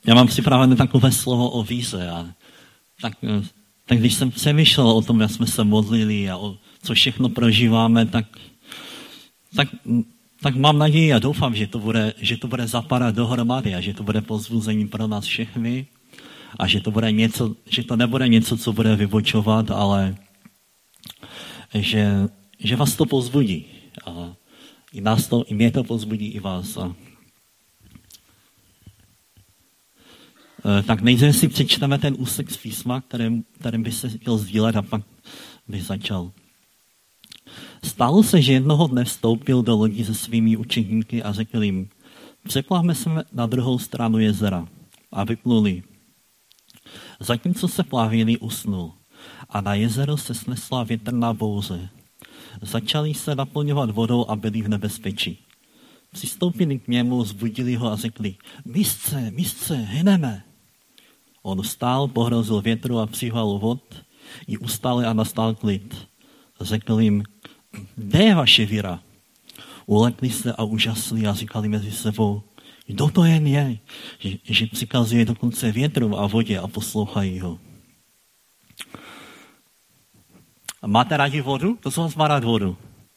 Já mám připravené takové slovo o víře. Tak když jsem přemýšlel o tom, jak jsme se modlili a co všechno prožíváme, tak mám naději a doufám, že to bude zapadat dohromady a že to bude povzbuzení pro nás všechny a že to nebude něco, co bude vybočovat, ale že vás to povzbudí. A i mě to povzbudí, i vás. Tak nejdříve si přečteme ten úsek z písma, kterým by se chtěl sdílet a pak bych začal. Stalo se, že jednoho dne vstoupil do lodi se svými učedníky a řekl jim, přeplavme se na druhou stranu jezera a vypluli. Zatímco se plavili, usnul a na jezero se snesla větrná bouře. Začali se naplňovat vodou a byli v nebezpečí. Přistoupili k němu, zbudili ho a řekli, mistře, hyneme. On vstál, pohrozil větru a přihval vod, i ustali a nastal klid. Řekl jim, kde je vaše víra? Ulekli se a úžasli a říkali mezi sebou, kdo to jen je, že přikazuje dokonce větru a vodě a poslouchají ho. Máte rádi vodu? To z vás má rád vodu.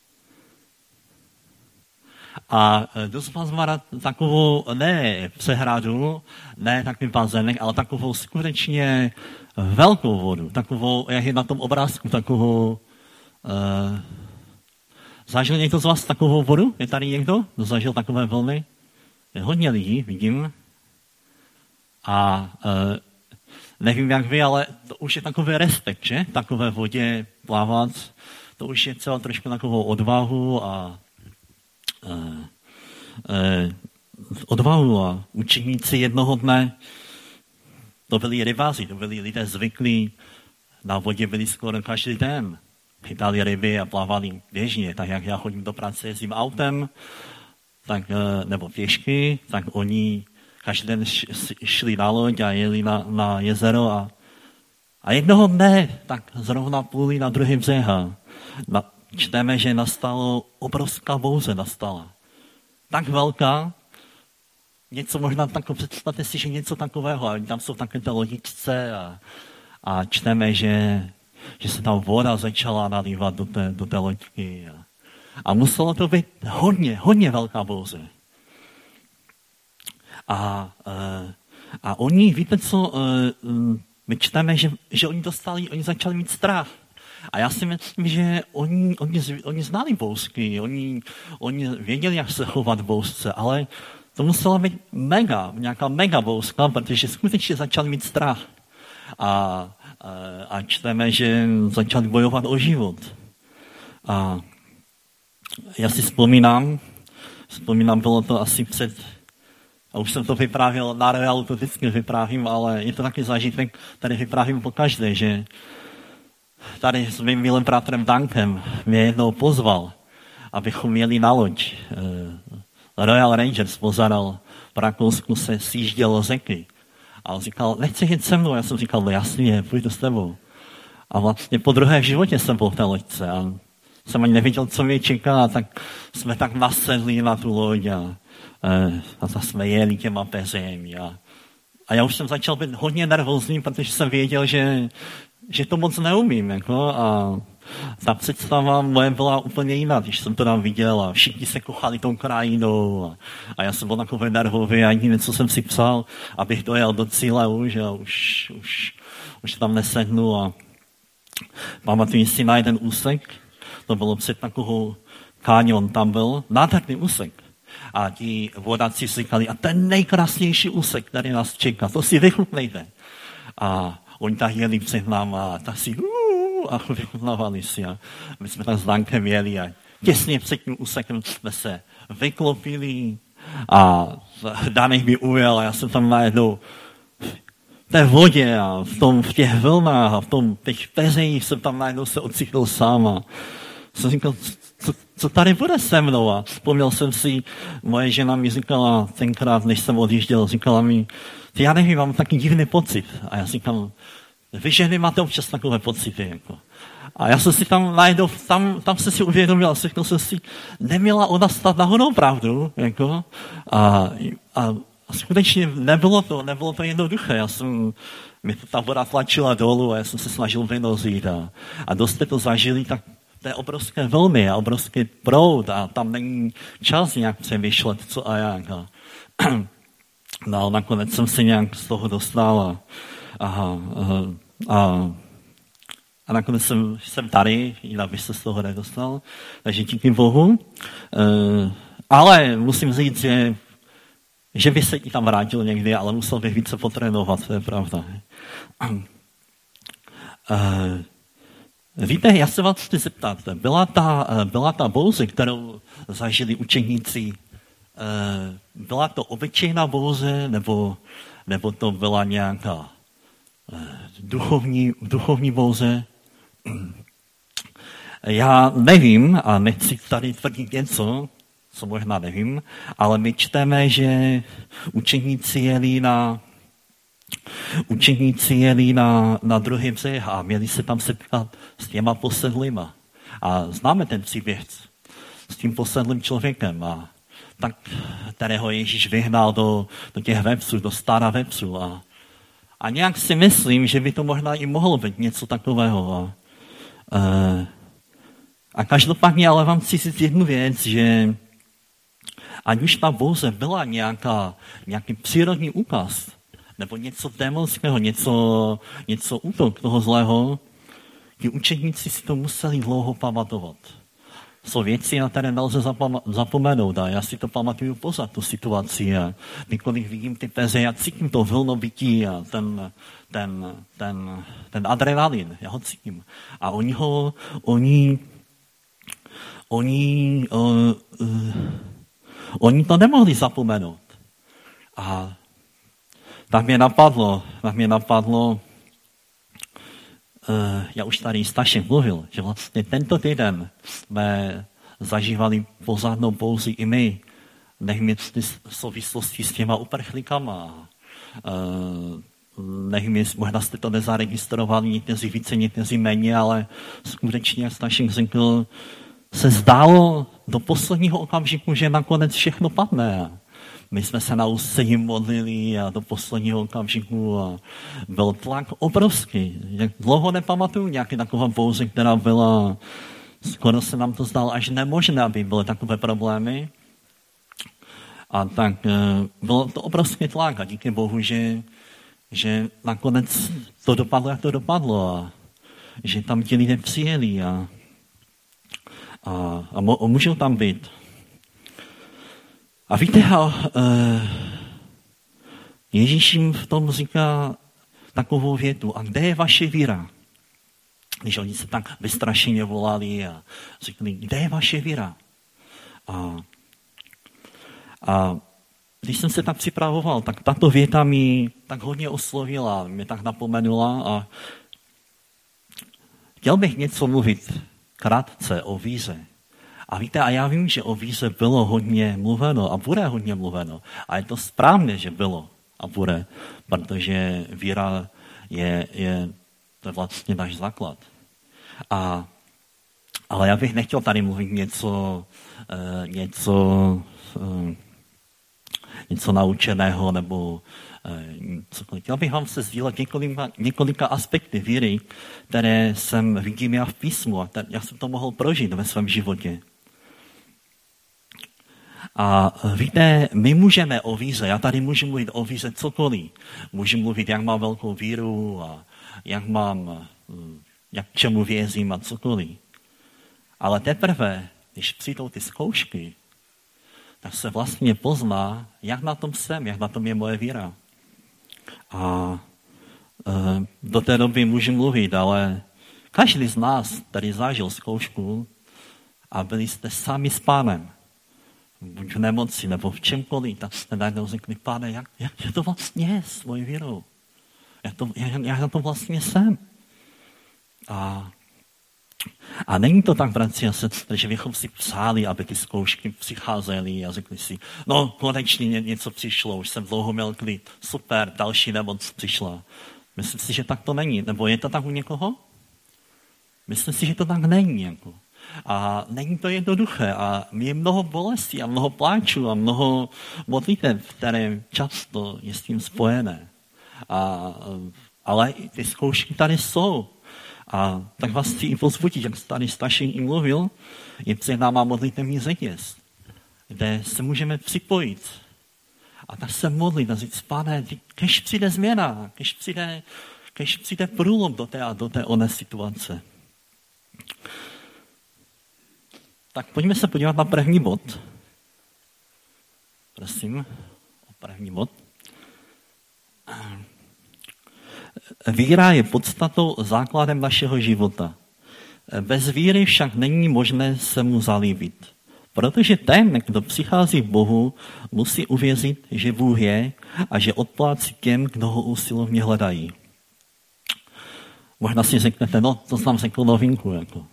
A dost vás má rád takovou, ne přehradu, ne takový bazének, ale takovou skutečně velkou vodu. Takovou, jak je na tom obrázku, takovou... Zažil někdo z vás takovou vodu? Je tady někdo, kdo zažil takové vlny? Je hodně lidí, vidím. A nevím, jak vy, ale to už je takový respekt, že? Takové vodě plavat. To už je celá trošku takovou odvahu a učeníci jednoho dne, to byli rybáři, to byli lidé zvyklí, na vodě byli skoro každý den. Chytali ryby a plavali běžně, tak jak já chodím do práce, jezdím autem, nebo pěšky, tak oni každý den šli na loď a jeli na jezero a jednoho dne tak zrovna pluli na druhý břeh. Čteme, že obrovská bouře nastala. Tak velká, něco možná představte si, že něco takového, a tam jsou takové lodičce a čteme, že se tam voda začala nalívat do té loďky. A muselo to být hodně velká bouře. A oni, víte co, my čteme, že oni začali mít strach. A já si myslím, že oni znali bouřky, oni věděli, jak se chovat v bouřce, ale to musela být nějaká mega bouřka, protože skutečně začali mít strach. A čteme, že začali bojovat o život. A já si vzpomínám, bylo to asi a už jsem to vyprávěl, na reálu to vždycky vyprávím, ale je to taky zážitek, tady vyprávím pokaždé, že tady s mým milým bratrem Dankem mě jednou pozval, abychom jeli na loď. Royal Rangers pozadal, v Rakousku se sjížděl řeky. A on říkal, nechci jít se mnou. Já jsem říkal, no jasně, půjdu s tebou. A vlastně po druhé v životě jsem byl v té loďce a jsem ani nevěděl, co mě čeká, tak jsme tak nasedli na tu loď a jsme jeli těma peřejemi. A já už jsem začal být hodně nervózní, protože jsem věděl, že to moc neumím. A ta představa moje byla úplně jiná, když jsem to tam viděl a všichni se kochali tou krajinou a já jsem byl takový nervový a jediné, co jsem si psal, abych dojel do cíle už tam nesednu a pamatuji si na jeden úsek, to bylo před takovou káňon, tam byl nádherný úsek. A ti vodáci říkali, a ten nejkrásnější úsek, který nás čeká, to si vychutnejte. A oni tak jeli před náma a tak si a vychutnávali si. A my jsme tam s Dankem jeli a těsně před tím úsekem jsme se vyklopili a Danek mi ujel a já jsem tam najednou v té vodě a v těch vlnách a v těch peřejích jsem tam najednou se ocitl sám a jsem říkal, co tady bude se mnou? A vzpomněl jsem si, moje žena mi říkala tenkrát, než jsem odjížděl, říkala mi, já nevím, mám taky divný pocit. A já říkám, vy ženy máte občas takové pocity. Jako. A já jsem si tam najednou, tam jsem si uvědomil, řekl jsem si, neměla ona stát nahonou pravdu. Jako, a skutečně nebylo to jednoduché. Mě to ta voda tlačila dolů a já jsem se snažil vynořit. A dost jste to zažili, tak to je obrovské vlny a obrovský proud a tam není čas nějak přemýšlet, co a jak. No ale nakonec jsem se nějak z toho dostal a nakonec jsem tady, jinak bych se z toho nedostal, takže díky Bohu. Ale musím říct, že by se i tam vrátil někdy, ale musel bych více potrénovat, to je pravda. Víte, já se vás chci zeptat, byla ta bouře, kterou zažili učeníci, byla to obyčejná bouře, nebo to byla nějaká duchovní bouře? Já nevím a nechci tady tvrdit něco, co možná nevím, ale my čteme, že učeníci jeli na druhý břeh a měli se tam setkat s těma posedlýma. A známe ten příběh s tím posedlým člověkem, kterého Ježíš vyhnal do těch vepřů, do stáda vepřů. A nějak si myslím, že by to možná i mohlo být něco takového. A každopádně ale vám chci říct jednu věc, že ať už ta bouře byla nějaký přírodní úkaz, nebo něco démonského, něco útok toho zlého, ti učeníci si to museli dlouho pamatovat. Jsou věci, na které nelze zapomenout. A já si to pamatuju pořád, tu situaci. A kdykoliv vidím ty peře, já cítím to vlnobytí a ten adrenalin, já ho cítím. A oni to nemohli zapomenout. A tak mě napadlo, já už tady s Tašem mluvil, že vlastně tento týden jsme zažívali pořádnou bouři i my. Nevím, v souvislosti s těma uprchlíkama. Nevím, možná jste to nezaregistrovali, někteří více, někteří méně, ale skutečně, jak Stašek řekl, se zdálo do posledního okamžiku, že nakonec všechno padne. My jsme se na ústředí modlili a do posledního okamžiku a byl tlak obrovský. Jak dlouho nepamatuju nějaký taková bouře, která byla, skoro se nám to zdalo až nemožné, aby byly takové problémy. A tak bylo to obrovský tlak a díky Bohu, že nakonec to dopadlo, jak to dopadlo a že tam ti lidé přijeli a můžou tam být. A víte, Ježíš jim v tom říká takovou větu. A kde je vaše víra? Když oni se tak vystrašeně volali a řekli, kde je vaše víra? A když jsem se tak připravoval, tak tato věta mi tak hodně oslovila, mě tak napomenula a chtěl bych něco mluvit krátce o víře. A víte, a já vím, že o víře bylo hodně mluveno a bude hodně mluveno. A je to správně, že bylo a bude, protože víra je to vlastně náš základ. Ale já bych nechtěl tady mluvit něco naučeného nebo cokoliv. Chtěl bych vám se sdílet několika aspekty víry, které vidím já v písmu a já jsem to mohl prožít ve svém životě. A víte, my můžeme o víře, já tady můžu mluvit o víře cokoliv. Můžu mluvit, jak mám velkou víru a jak čemu věřím a cokoliv. Ale teprve, když přijdou ty zkoušky, tak se vlastně pozná, jak na tom jsem, jak na tom je moje víra. A do té doby můžu mluvit, ale každý z nás tady zažil zkoušku a byli jste sami s Pánem. Buď v nemoci, nebo v čemkoliv, tak jste najednou řekli, Páne, jak to vlastně je s mojí vírou? Jak na to vlastně jsem? A není to tak, bratři a sestry, že bychom si přáli, aby ty zkoušky přicházely a řekli si, no konečně něco přišlo, už jsem dlouho měl klid, super, další nemoc přišla. Myslím si, že tak to není. Nebo je to tak u někoho? Myslím si, že to tak není. A není to jednoduché. A je mnoho bolestí a mnoho pláčů a mnoho modlitev, které často je s tím spojené. Ale ty zkoušky tady jsou. A tak vás chci i pozbudit, jak tady Stašin i mluvil, je před náma modlitevní řetěz, kde se můžeme připojit. A tak se modlit a říct, Pane, kež přijde změna, kež přijde průlom do té oné situace. Tak pojďme se podívat na první bod. Prosím, o první bod. Víra je podstatou, základem našeho života. Bez víry však není možné se mu zalíbit. Protože ten, kdo přichází k Bohu, musí uvěřit, že Bůh je a že odplácí těm, kdo ho usilovně hledají. Možná si řeknete, no, to jsem řekl novinku. Jako.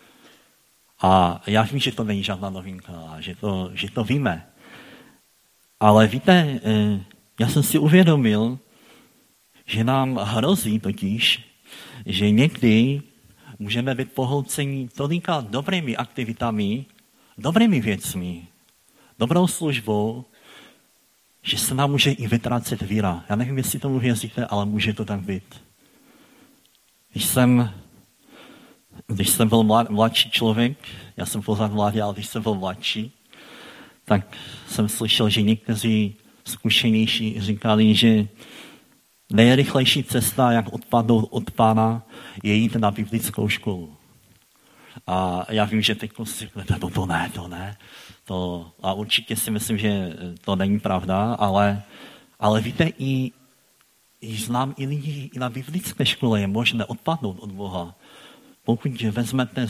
A já vím, že to není žádná novinka, a že to víme. Ale víte, já jsem si uvědomil, že nám hrozí totiž, že někdy můžeme být pohlceni tolika dobrými aktivitami, dobrými věcmi, dobrou službou, že se nám může i vytrácet víra. Já nevím, jestli tomu věříte, ale může to tak být. Když jsem byl mladší člověk, já jsem pořád mladý, ale když jsem byl mladší, tak jsem slyšel, že někteří zkušenější říkali, že nejrychlejší cesta, jak odpadnout od Pána, je jít na biblickou školu. A já vím, že teď si řeknete, to ne. A určitě si myslím, že to není pravda, ale víte, i znám i lidi, i na biblické škole je možné odpadnout od Boha. Pokud vezmete,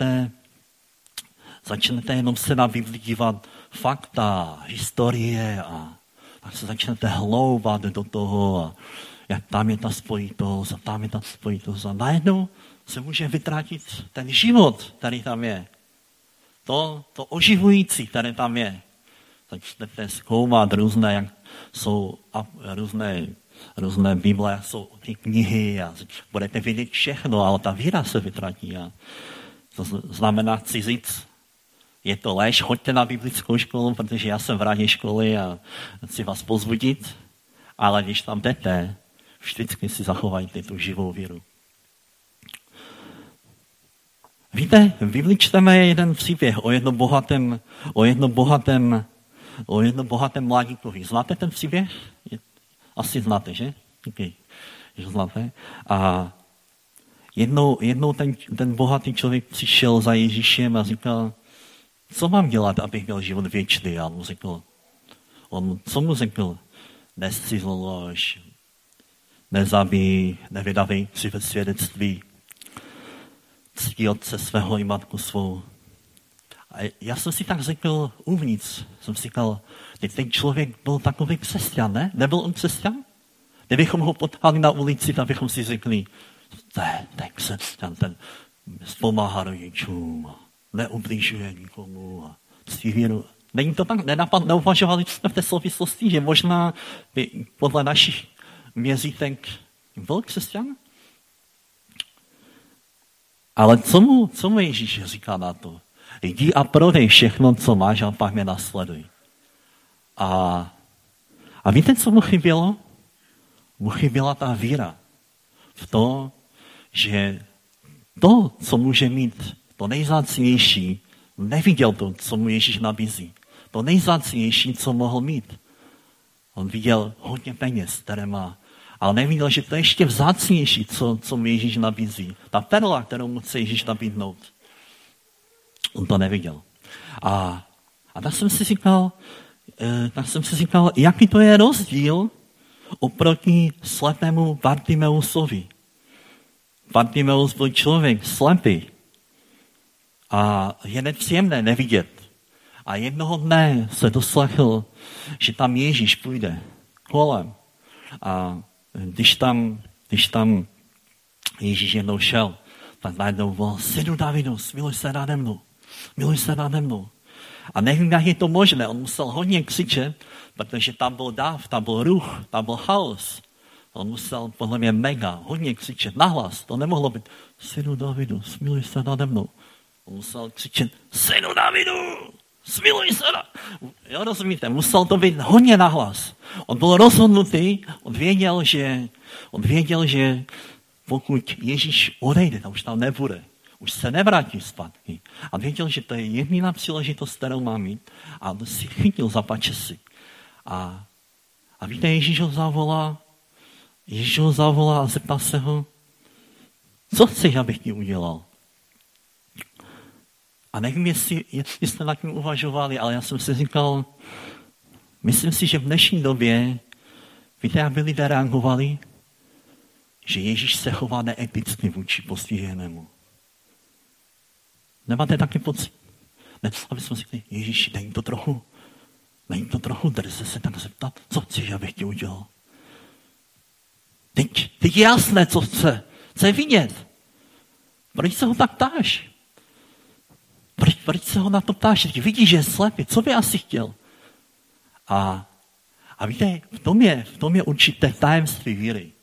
začnete jenom se na Bibli dívat fakta, historie a tak se začnete hloubat do toho, a jak tam je ta spojitost a tam je ta spojitost. A najednou se může vytratit ten život, který tam je. To oživující, které tam je. Začnete zkoumat různé, jak jsou různé Bible, jak jsou ty knihy a budete vidět všechno, ale ta víra se vytratí. A to znamená, chci říct, je to lež, choďte na biblickou školu, protože já jsem v radě školy a chci vás pozbudit, ale když tam jdete, vždycky si zachovajte tu živou víru. Víte, v Bibli čteme jeden příběh o jednom bohatém mladíkovi. Znáte ten příběh? Asi znáte, že? Okay. Že znáte. A jednou ten bohatý člověk přišel za Ježíšem a říkal, co mám dělat, abych měl život věčný? A co mu řekl? Nescizlož, nezabij, nevydavej svědectví, ctí otce svého i matku svou. A já jsem si tak řekl uvnitř, jsem si říkal, ten člověk byl takový křesťan, ne? Nebyl on křesťan? Kdybychom ho potkali na ulici, tak bychom si řekli, ten křesťan, ten pomáhá rodičům, neublížuje nikomu a ctí víru. Není to tak? Neuvažovali jsme v té souvislosti, že možná by podle našich měřítek byl křesťan? Ale co mu Ježíš říká na to? Jdi a prodej všechno, co máš, a pak mě nasleduj. A víte, co mu chybělo? Mu chyběla ta víra v to, že to, co může mít, to nejvzácnější, neviděl to, co mu Ježíš nabízí. To nejvzácnější, co mohl mít. On viděl hodně peněz, které má, ale neviděl, že to je ještě vzácnější, co mu Ježíš nabízí. Ta perla, kterou mu chce Ježíš nabídnout. On to neviděl. A tak jsem si říkal, jaký to je rozdíl oproti slepému Bartimeusovi. Bartimeus byl člověk slepý a je nepříjemné nevidět. A jednoho dne se doslechl, že tam Ježíš půjde kolem. A když tam Ježíš jednou šel, tak najednou volal, Synu Davidu, smiluj se nade mnou. A nevím, jak je to možné, on musel hodně křičet, protože tam byl dáv, tam byl ruch, tam byl chaos. On musel podle mě hodně křičet nahlas, to nemohlo být, Synu Davidu, smiluj se nade mnou. On musel křičet, synu Davidu, smiluj se. Jo, rozumíte, musel to být hodně nahlas. On byl rozhodnutý, on věděl, že pokud Ježíš odejde, tak už tam nebude. Už se nevrátí zpátky. A věděl, že to je jediná příležitost, kterou má mít. A on si chytil za pačesy. A víte, Ježíš ho zavolá a zeptá se ho, co chceš, abych ti udělal? A nevím, jestli jste nad tím uvažovali, ale já jsem si říkal, myslím si, že v dnešní době, víte, jak by lidé reagovali? Že Ježíš se chová neeticky vůči postiženému. Nemáte taky pocit? Ne, aby jsme řekli, Ježíši, není to trochu drze se tak zeptat, co chceš, abych ti udělal? Teď je jasné, co chce je vidět. Proč se ho tak ptáš? Proč se ho na to ptáš? Teď vidíš, že je slepý, co by asi chtěl? A víte, v tom je určité tajemství víry.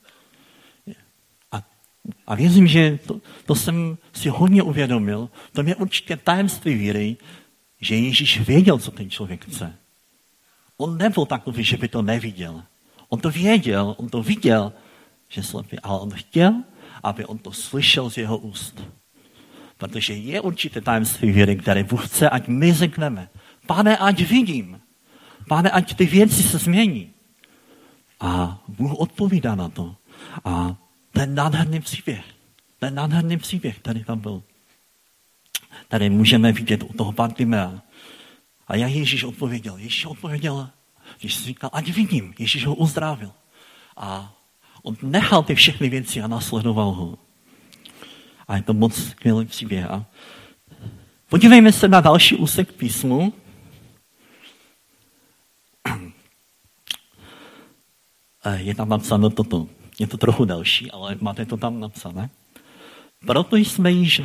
A věřím, že to jsem si hodně uvědomil, v tom je určité tajemství víry, že Ježíš věděl, co ten člověk chce. On nebyl takový, že by to neviděl. On to viděl, že slepý, ale on chtěl, aby on to slyšel z jeho úst. Protože je určité tajemství víry, které Bůh chce, ať my řekneme. Pane, ať vidím. Pane, ať ty věci se změní. A Bůh odpovídá na to. A ten nádherný příběh, který tam byl, tady můžeme vidět u toho Bartimea. A jak Ježíš odpověděl? Ježíš říkal, ať vidím. Ježíš ho uzdravil. A on nechal ty všechny věci a následoval ho. A je to moc skvělý příběh. A podívejme se na další úsek písmu. Je tam napsáno toto. Je to trochu delší, ale máte to tam napsané. Protože jsme již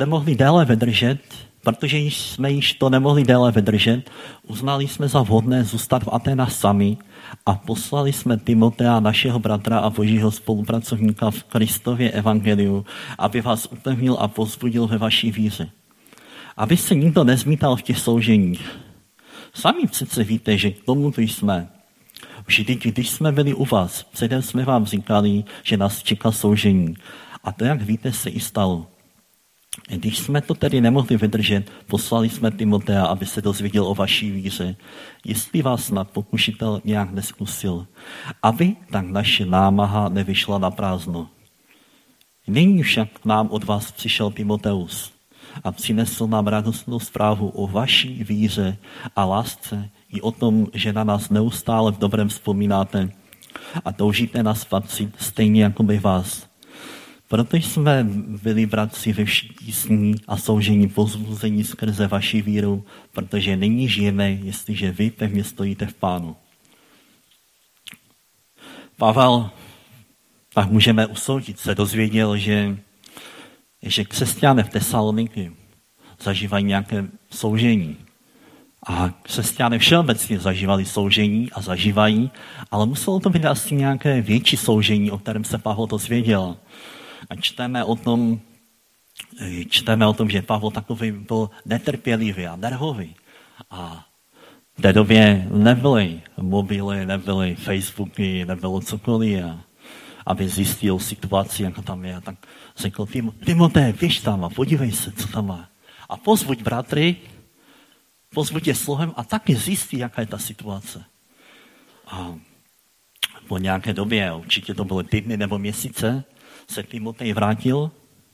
to nemohli déle vydržet, uznali jsme za vhodné zůstat v Aténách sami a poslali jsme Timotea, našeho bratra a božího spolupracovníka v Kristově evangeliu, aby vás upevnil a povzbudil ve vaší víře. Aby se nikdo nezmítal v těch souženích. Sami přece víte, že k tomu tu jsme. Vždy, když jsme byli u vás, předem jsme vám říkali, že nás čeká soužení. A to, jak víte, se i stalo. Když jsme to tedy nemohli vydržet, poslali jsme Timotea, aby se dozvěděl o vaší víře, jestli vás snad pokušitel nějak neskusil, aby tak naše námaha nevyšla na prázdno. Nyní však k nám od vás přišel Timoteus a přinesl nám radostnou zprávu o vaší víře a lásce i o tom, že na nás neustále v dobrém vzpomínáte a toužíte nás patřit stejně jako my vás. Proto jsme byli bratři ve vší tísni a soužení povzbuzení skrze vaši víru, protože nyní žijeme, jestliže vy pevně stojíte v Pánu. Pavel, tak můžeme usoudit, se dozvěděl, že křesťané v Tesaloniky zažívají nějaké soužení. A křesťané všeobecně zažívali soužení a zažívají, ale muselo to být asi nějaké větší soužení, o kterém se Pavel dozvěděl. A čteme o tom, že Pavel takový byl netrpělivý a nervový. A v té době nebyly mobily, nebyly Facebooky, nebylo cokoliv. Aby zjistil situaci, jak tam je. Tak řekl Timotej, běž tam a podívej se, co tam má. A pozbuď bratry, pozbuď je slovem a taky zjistí, jaká je ta situace. A po nějaké době, určitě to bylo týdny nebo měsíce, se Timotej vrátil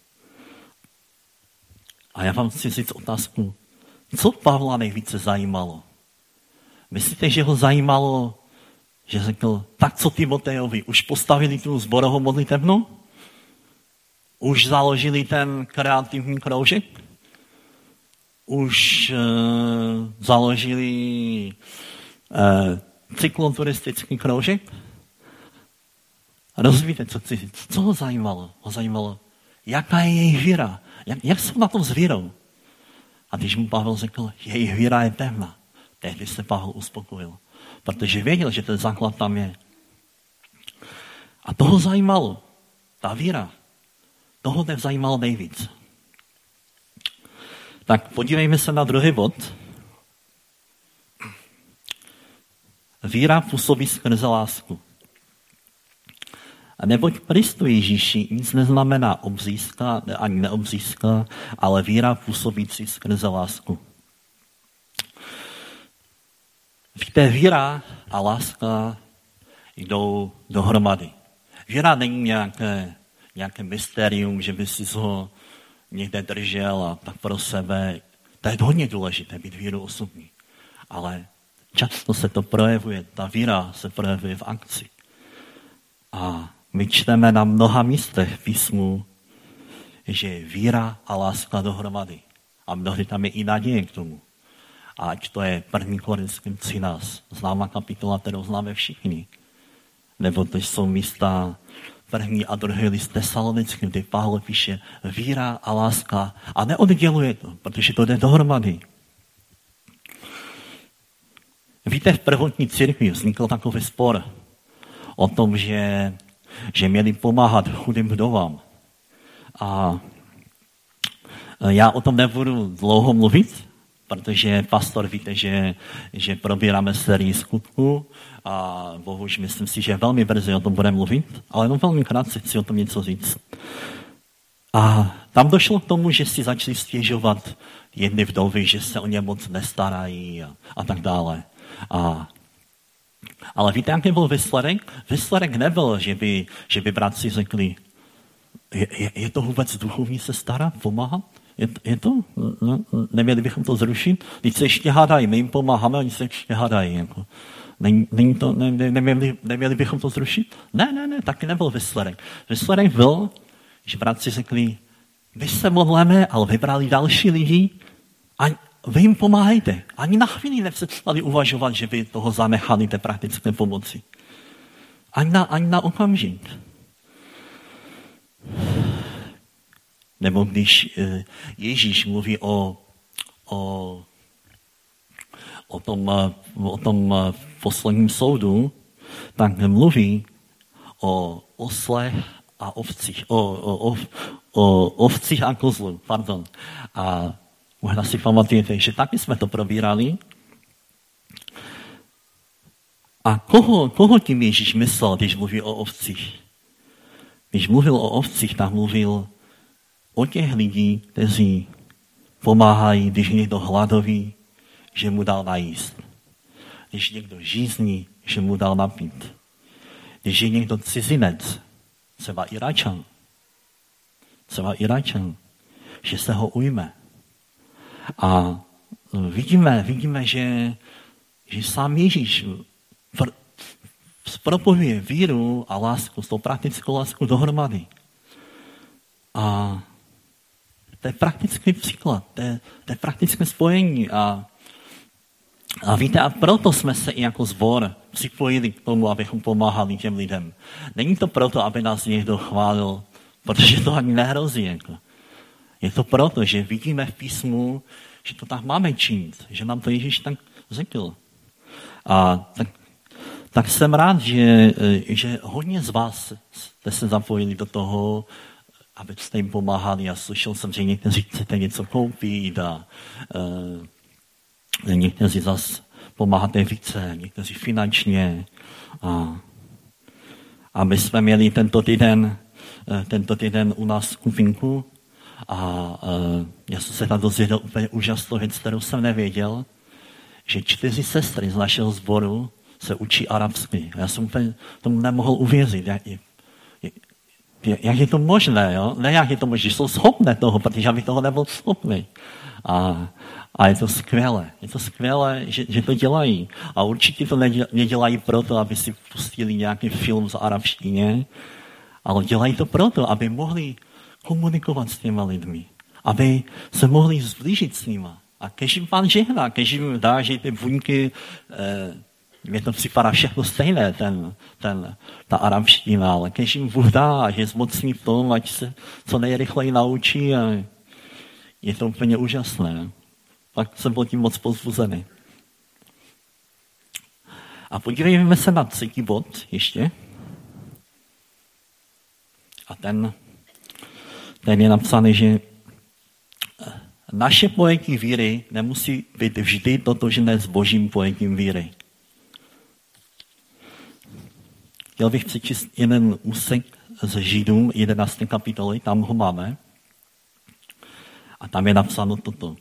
a já vám chci říct otázku, co Pavla nejvíce zajímalo? Myslíte, že ho zajímalo, že řekl, tak co Timotejovi, už postavili tu sborovou modlitevnu? Už založili ten kreativní kroužek? Už založili cykloturistický kroužek? Rozumíte, co ho zajímalo? Ho zajímalo, jaká je jejich víra, jak jsou na tom s vírou. A když mu Pavel řekl, jejich víra je pevná, tehdy se Pavel uspokojil, protože věděl, že ten základ tam je. A toho zajímalo, ta víra, toho zajímalo nejvíc. Tak podívejme se na druhý bod. Víra působí skrze lásku. A neboť Kristu Ježíši nic neznamená obřízka ani neobřízka, ale víra působící skrze lásku. Víte, víra a láska jdou dohromady. Víra není nějaké mystérium, že by si ho někde držel a tak pro sebe. To je hodně důležité, být víru osobní. Ale často se to projevuje, ta víra se projevuje v akci. A my čteme na mnoha místech v písmu, že je víra a láska dohromady. A mnohdy tam je i naděje k tomu. A ať to je 1. Korinským 13, známá kapitola, kterou známe všichni. Nebo to jsou místa 1. a 2. list Tesalonickým, kde Pavel píše víra a láska a neodděluje to, protože to jde dohromady. Víte, v prvotní církvi vznikl takový spor o tom, že měli pomáhat chudým vdovám. A já o tom nebudu dlouho mluvit, protože pastor víte, že probíráme sérii skutků a bohužel myslím si, že velmi brzy o tom budeme mluvit, ale jenom velmi krátce chci o tom něco říct. A tam došlo k tomu, že si začali stěžovat jedny vdovy, že se o ně moc nestarají a tak dále. Ale víte, jaký byl výsledek? Výsledek nebyl, že by bratři řekli, je to vůbec duchovní se starat, pomáhat? Je to? No, neměli bychom to zrušit? Když se ještě hádají, my jim pomáháme, oni se ještě hádají. Jako. Neměli bychom to zrušit? Ne, taky nebyl výsledek. Výsledek byl, že bratři řekli, my se modleme, ale vybrali další lidi a vy jim pomáhejte. Ani na chvíli nepřestali uvažovat, že by toho zanechali té praktické pomoci. Ani na okamžik. Nebo když Ježíš mluví o tom posledním soudu, tak mluví o oslech a ovcích. O ovcích a kozlu, pardon. A možná si pamatujete, že taky jsme to probírali. A koho tím Ježíš myslel, když mluví o ovcích? Když mluvil o ovcích, tak mluvil o těch lidí, kteří pomáhají, když někdo hladový, že mu dal najíst. Když někdo žízní, že mu dal napít. Když je někdo cizinec, třeba Iračan, že se ho ujme. A vidíme, že sám Ježíš propovuje víru a lásku, s tou praktickou láskou dohromady. A to je praktický příklad, to je praktické spojení. A víte, a proto jsme se i jako sbor připojili k tomu, abychom pomáhali těm lidem. Není to proto, aby nás někdo chválil, protože to ani nehrozí. Jako. Je to proto, že vidíme v písmu, že to tak máme činit, že nám to Ježíš tak řekl. A tak jsem rád, že hodně z vás jste se zapojili do toho, abyste jim pomáhali. Já slyšel jsem, že někteří chcete něco koupit a někteří zase pomáháte více, někteří finančně. A my jsme měli tento týden u nás skupinku a já jsem se tam dozvěděl úplně úžasnou věc, kterou jsem nevěděl, že 4 sestry z našeho sboru se učí arabsky. Já jsem úplně tomu nemohl uvěřit. Jak je to možné, jo? Ne, jak je to možné, že jsou schopné toho, protože já bych toho nebyl schopný. A je to skvělé. Je to skvělé, že to dělají. A určitě to nedělají proto, aby si pustili nějaký film z arabštině, ale dělají to proto, aby mohli komunikovat s těma lidmi. Aby se mohli zblížit s nima. A kež jim Pán žehná, kež jim dá, že ty buňky, mně to připadá všechno stejné, ta arabština, ale kež jim Bůh dá, že zmocní v tom, ať se co nejrychleji naučí a je to úplně úžasné. Pak jsem byl tím moc povzbuzený. A podívejme se na 3. bod ještě. A ten je napsaný, že naše pojetí víry nemusí být vždy totožné s Božím pojetím víry. Chtěl bych přečíst jeden úsek z Židům 11. kapitoly, tam ho máme. A tam je napsáno toto.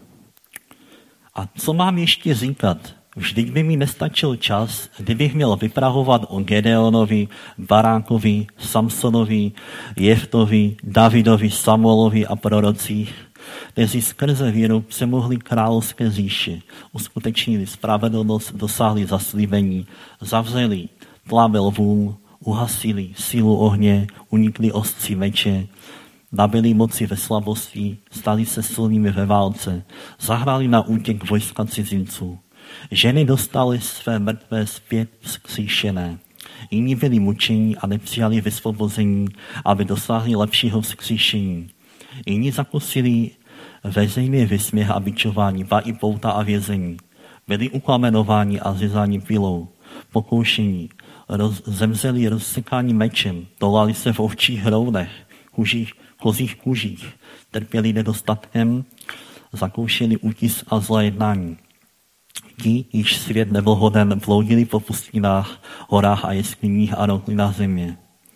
A co mám ještě říkat? Vždyť by mi nestačil čas, kdybych měl vyprahovat o Gedeonovi, Barákovi, Samsonovi, Jeftovi, Davidovi, Samuelovi a prorocích, kteří skrze víru přemohli královské říše, uskutečnili spravedlnost, dosáhli zaslíbení, zavřeli tlabe lvům, uhasili sílu ohně, unikli ostří meče, nabili moci ve slabosti, stali se silnými ve válce, zahrali na útěk vojska cizinců. Ženy dostaly své mrtvé zpět vzkříšené. Jiní byli mučení a nepřijali vysvobození, aby dosáhli lepšího vzkříšení. Jiní zakusili veřejný vysměch a bičování, ba i pouta a vězení. Byli uklamenováni a řezáni pilou, pokoušení, zemřeli rozsekáni mečem, dolali se v ovčích hroudech, kozích kůžích, trpěli nedostatkem, zakoušeli útisk a zlé jednání. Ti, již svět nebyl hoden, bloudili po pustinách, horách a jeskyních a roklinách země.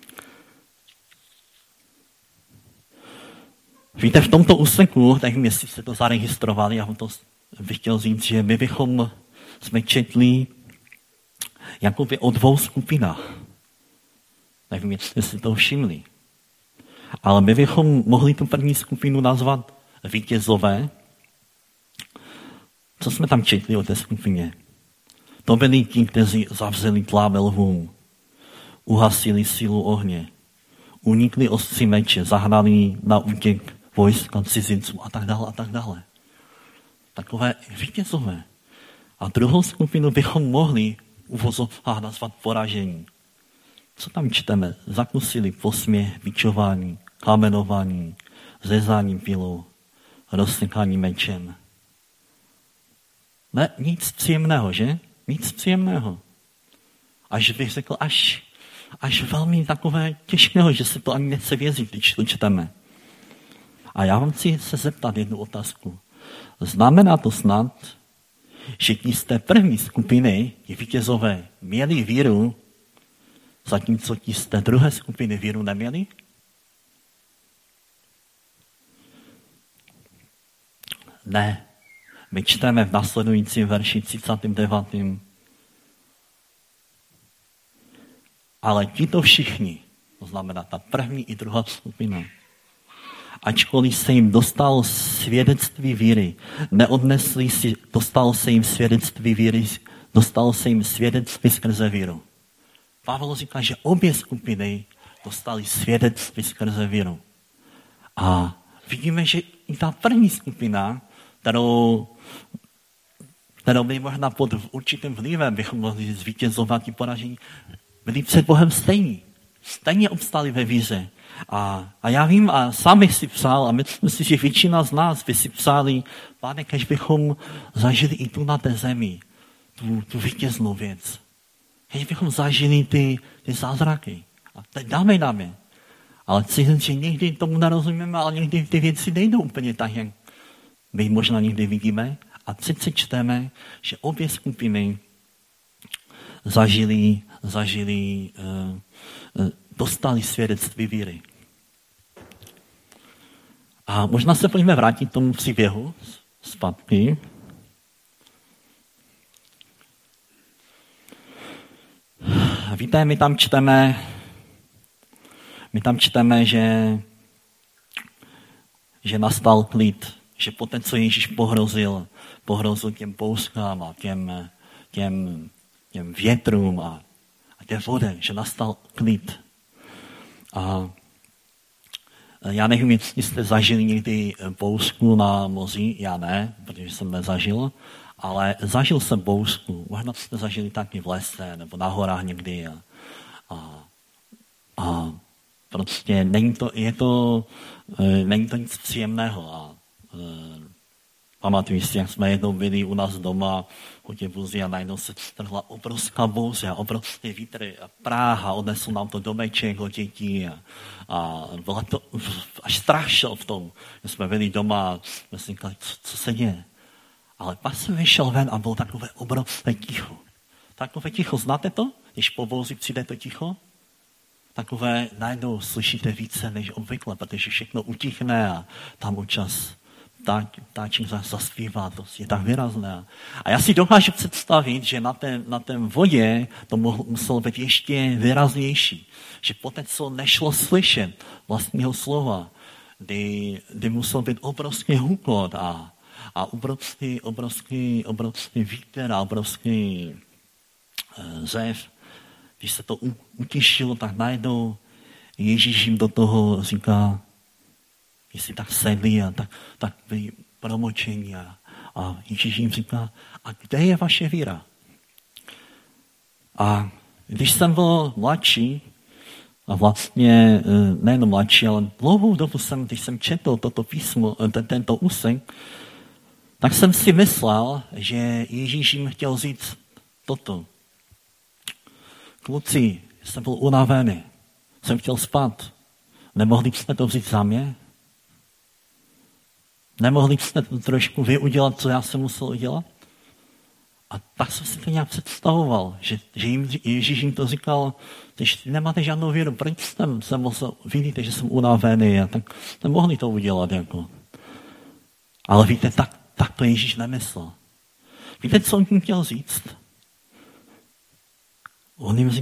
Víte, v tomto úseku, tak jestli jste to zaregistrovali, já bych chtěl říct, že my jsme četli jakoby o dvou skupinách. Nevím, jestli jste to všimli. Ale my bychom mohli tu první skupinu nazvat vítězové. Co jsme tam četli o té skupině? To byli ti, kteří zavřeli tlábe lvům, uhasili sílu ohně, unikli ostří meče, zahnali na útěk vojska cizinců a tak dále a tak dále. Takové vítězové. A druhou skupinu bychom mohli uvozovkách nazvat poražení. Co tam čteme? Zakusili posměch, bičování, kamenování, řezání pilou, rozsekání mečem. Ne, nic příjemného, že? Nic příjemného. Až bych řekl, až velmi takové těžkého, že se to ani nechce věřit, když to čteme. A já vám chci se zeptat jednu otázku. Znamená to snad, že ti z té první skupiny, ti vítězové, měli víru, zatímco ti z té druhé skupiny víru neměli? Ne. My čteme v následujícím verši 39. Ale tito všichni, to znamená ta první i druhá skupina, ačkoliv se jim dostalo svědectví víry, neodnesli si, dostalo se jim svědectví víry, dostalo se jim svědectví skrze víru. Pavel říká, že obě skupiny dostali svědectví skrze víru. A vidíme, že i ta první skupina, kterou by možná pod určitým vlivem bychom mohli zvítězovat i poražení, byli před Bohem stejní. Stejně obstali ve víře. A já vím, a sám bych si psal, a myslím si, že většina z nás by si psali, Páne, kež bychom zažili i tu na té zemi, tu vítěznou věc. Kež bychom zažili ty zázraky. A teď dáme. Ale chci říct, že někdy tomu nerozumíme, ale někdy ty věci nejdou úplně tak, jak my možná někdy vidíme. A přece čteme, že obě skupiny dostali svědectví víry. A možná se pojďme vrátit k tomu příběhu zpátky. Víte, my tam čteme, že nastal klid, že poté, co Ježíš pohrozil těm bouřkám a těm větrům a těm vodem, že nastal klid. A já nevím, jestli jste zažili někdy bouřku na moři, já ne, protože jsem nezažil, ale zažil jsem bouřku. Možná jste zažili taky v lese nebo na horách někdy. A prostě není to nic příjemného. Pamatuji si, jak jsme jednou byli u nás doma, hodně bouři a najednou se trhla obrovská bouře a obrovské vítry a Praha, odnesl nám to domeček od dětí a bylo to až strach šel v tom, že jsme byli doma a jsme si říkali, co se děje. Ale pak jsem vyšel ven a bylo takové obrovské ticho. Takové ticho, znáte to? Když po bouři přijde to ticho? Takové najednou slyšíte více než obvykle, protože všechno utichne a tam občas ptáček zaspívá, to je tak výrazné. A já si dokážu představit, že na té vodě to muselo být ještě výraznější. Že poté, co nešlo slyšet vlastního slova, kdy musel být obrovský hukot a obrovský vítr a obrovský řev, když se to utišilo, tak najednou Ježíš jim do toho říká, jestli tak sedli a tak byli promočení a Ježíš jim říká, a kde je vaše víra? A když jsem byl mladší, a vlastně nejenom mladší, ale dlouhou dobu když jsem četl toto písmo, tento úsek, tak jsem si myslel, že Ježíš jim chtěl říct toto. Kluci, jsem byl unavený, jsem chtěl spát. Nemohli jste to vzít za mě? Nemohli jste to trošku vy udělat, co já jsem musel udělat? A tak jsem si to nějak představoval, že Ježíš jim to říkal, že nemáte žádnou víru, proč jsem se musel, vidíte, že jsem unavený a tak nemohli to udělat. Jako. Ale víte, tak to Ježíš nemyslel. Víte, co on jim chtěl říct? On jim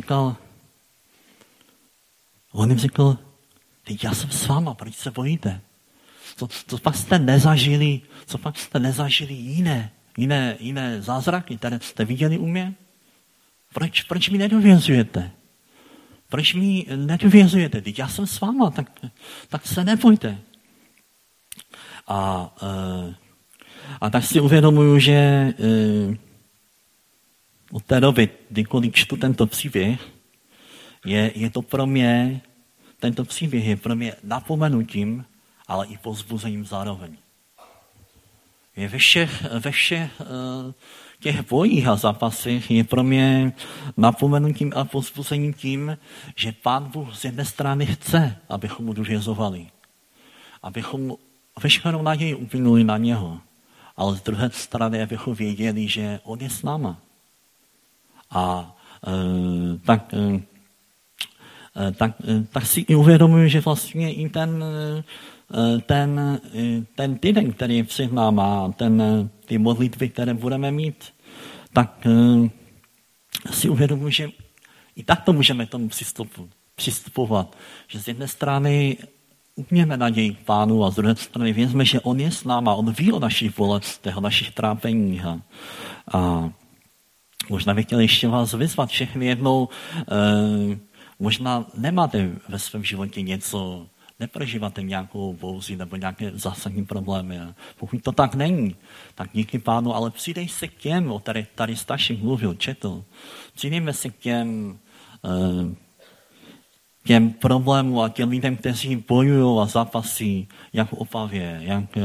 říkal, teď já jsem s váma, proč se bojíte? Co pak jste nezažili jiné zázraky, které jste viděli u mě? Proč mi nedověřujete? Proč mi nedověřujete? Teď já jsem s váma, tak se nebojte. A tak si uvědomuju, že od té doby, kdykoliv čtu tento příběh, je to pro mě, tento příběh je pro mě napomenutím, ale i povzbuzením zároveň. Je ve všech těch bojích a zápasech je pro mě napomenutím a povzbuzením tím, že Pán Bůh z jedné strany chce, abychom mu důvěřovali. Abychom veškerou naději upínuli na něho. Ale z druhé strany, abychom věděli, že on je s náma. A tak si i uvědomuji, že vlastně i ten týden, který je před náma, ty modlitby, které budeme mít, tak si uvědomuji, že i takto můžeme k tomu přistupovat. Že z jedné strany upněme naději k Pánu a z druhé strany věřme, že on je s náma, on ví o našich bolestech, o našich trápeních. A možná bych chtěl ještě vás vyzvat všechny jednou, možná nemáte ve svém životě něco, neprožíváte nějakou bouři nebo nějaké zásadní problémy. A pokud to tak není, tak díky Pánu, ale přidej se k těm, o kterých tady Stašek mluvil, četl. Přidejme se k těm problémům a těm lidem, kteří bojují a zápasí, jak v Opavě,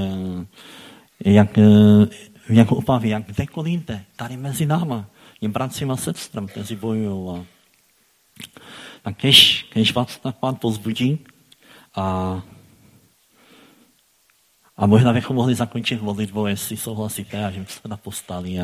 jak Opavě, jak kdekoliv jinde, tady mezi náma, těm bratřím a sestrám, kteří bojují. Tak když vás tak Pán pozbudí, a možná bychom mohli zakončit modlitbou, jestli souhlasíte, a že byste na postali.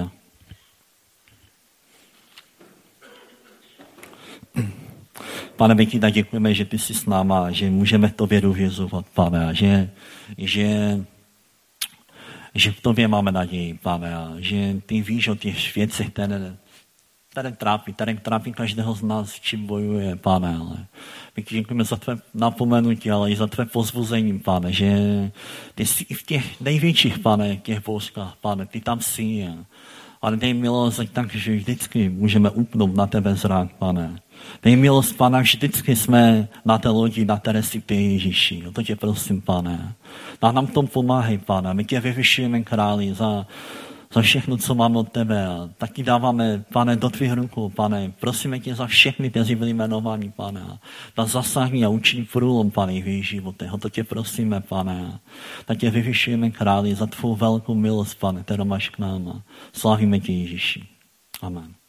Pane, my ti tak děkujeme, že ty jsi s náma, že můžeme v tobě důvěřovat, Pane, a že v tobě máme naději, Pane, a že ty víš o těch věcech, které trápí každého z nás, čím bojuje, Pane, ale my ti děkujeme za tvé napomenutí, ale i za tvé pozbuzení, Pane, že ty jsi i v těch největších, Pane, těch bouřkách, Pane, ty tam jsi, ale dej milost, takže vždycky můžeme upnout na tebe zrak, Pane. Dej milost, Pane, vždycky jsme na té lodi, na které jsi ty, Ježíši. O to tě prosím, Pane. A nám tom pomáhej, Pane. My tě vyvyšujeme, králi, za všechno, co máme od tebe. A taky dáváme, Pane, do tvých rukou, Pane. Prosíme tě za všechny, kteří byli jmenováni, Pane. A zasáhni a učiní průlom, Pane, v jejich životech. O to tě prosíme, Pane. Tak tě vyvyšujeme, králi, za tvou velkou milost, Pane, kterou máš k nám. Slávíme tě, Ježíši. Amen.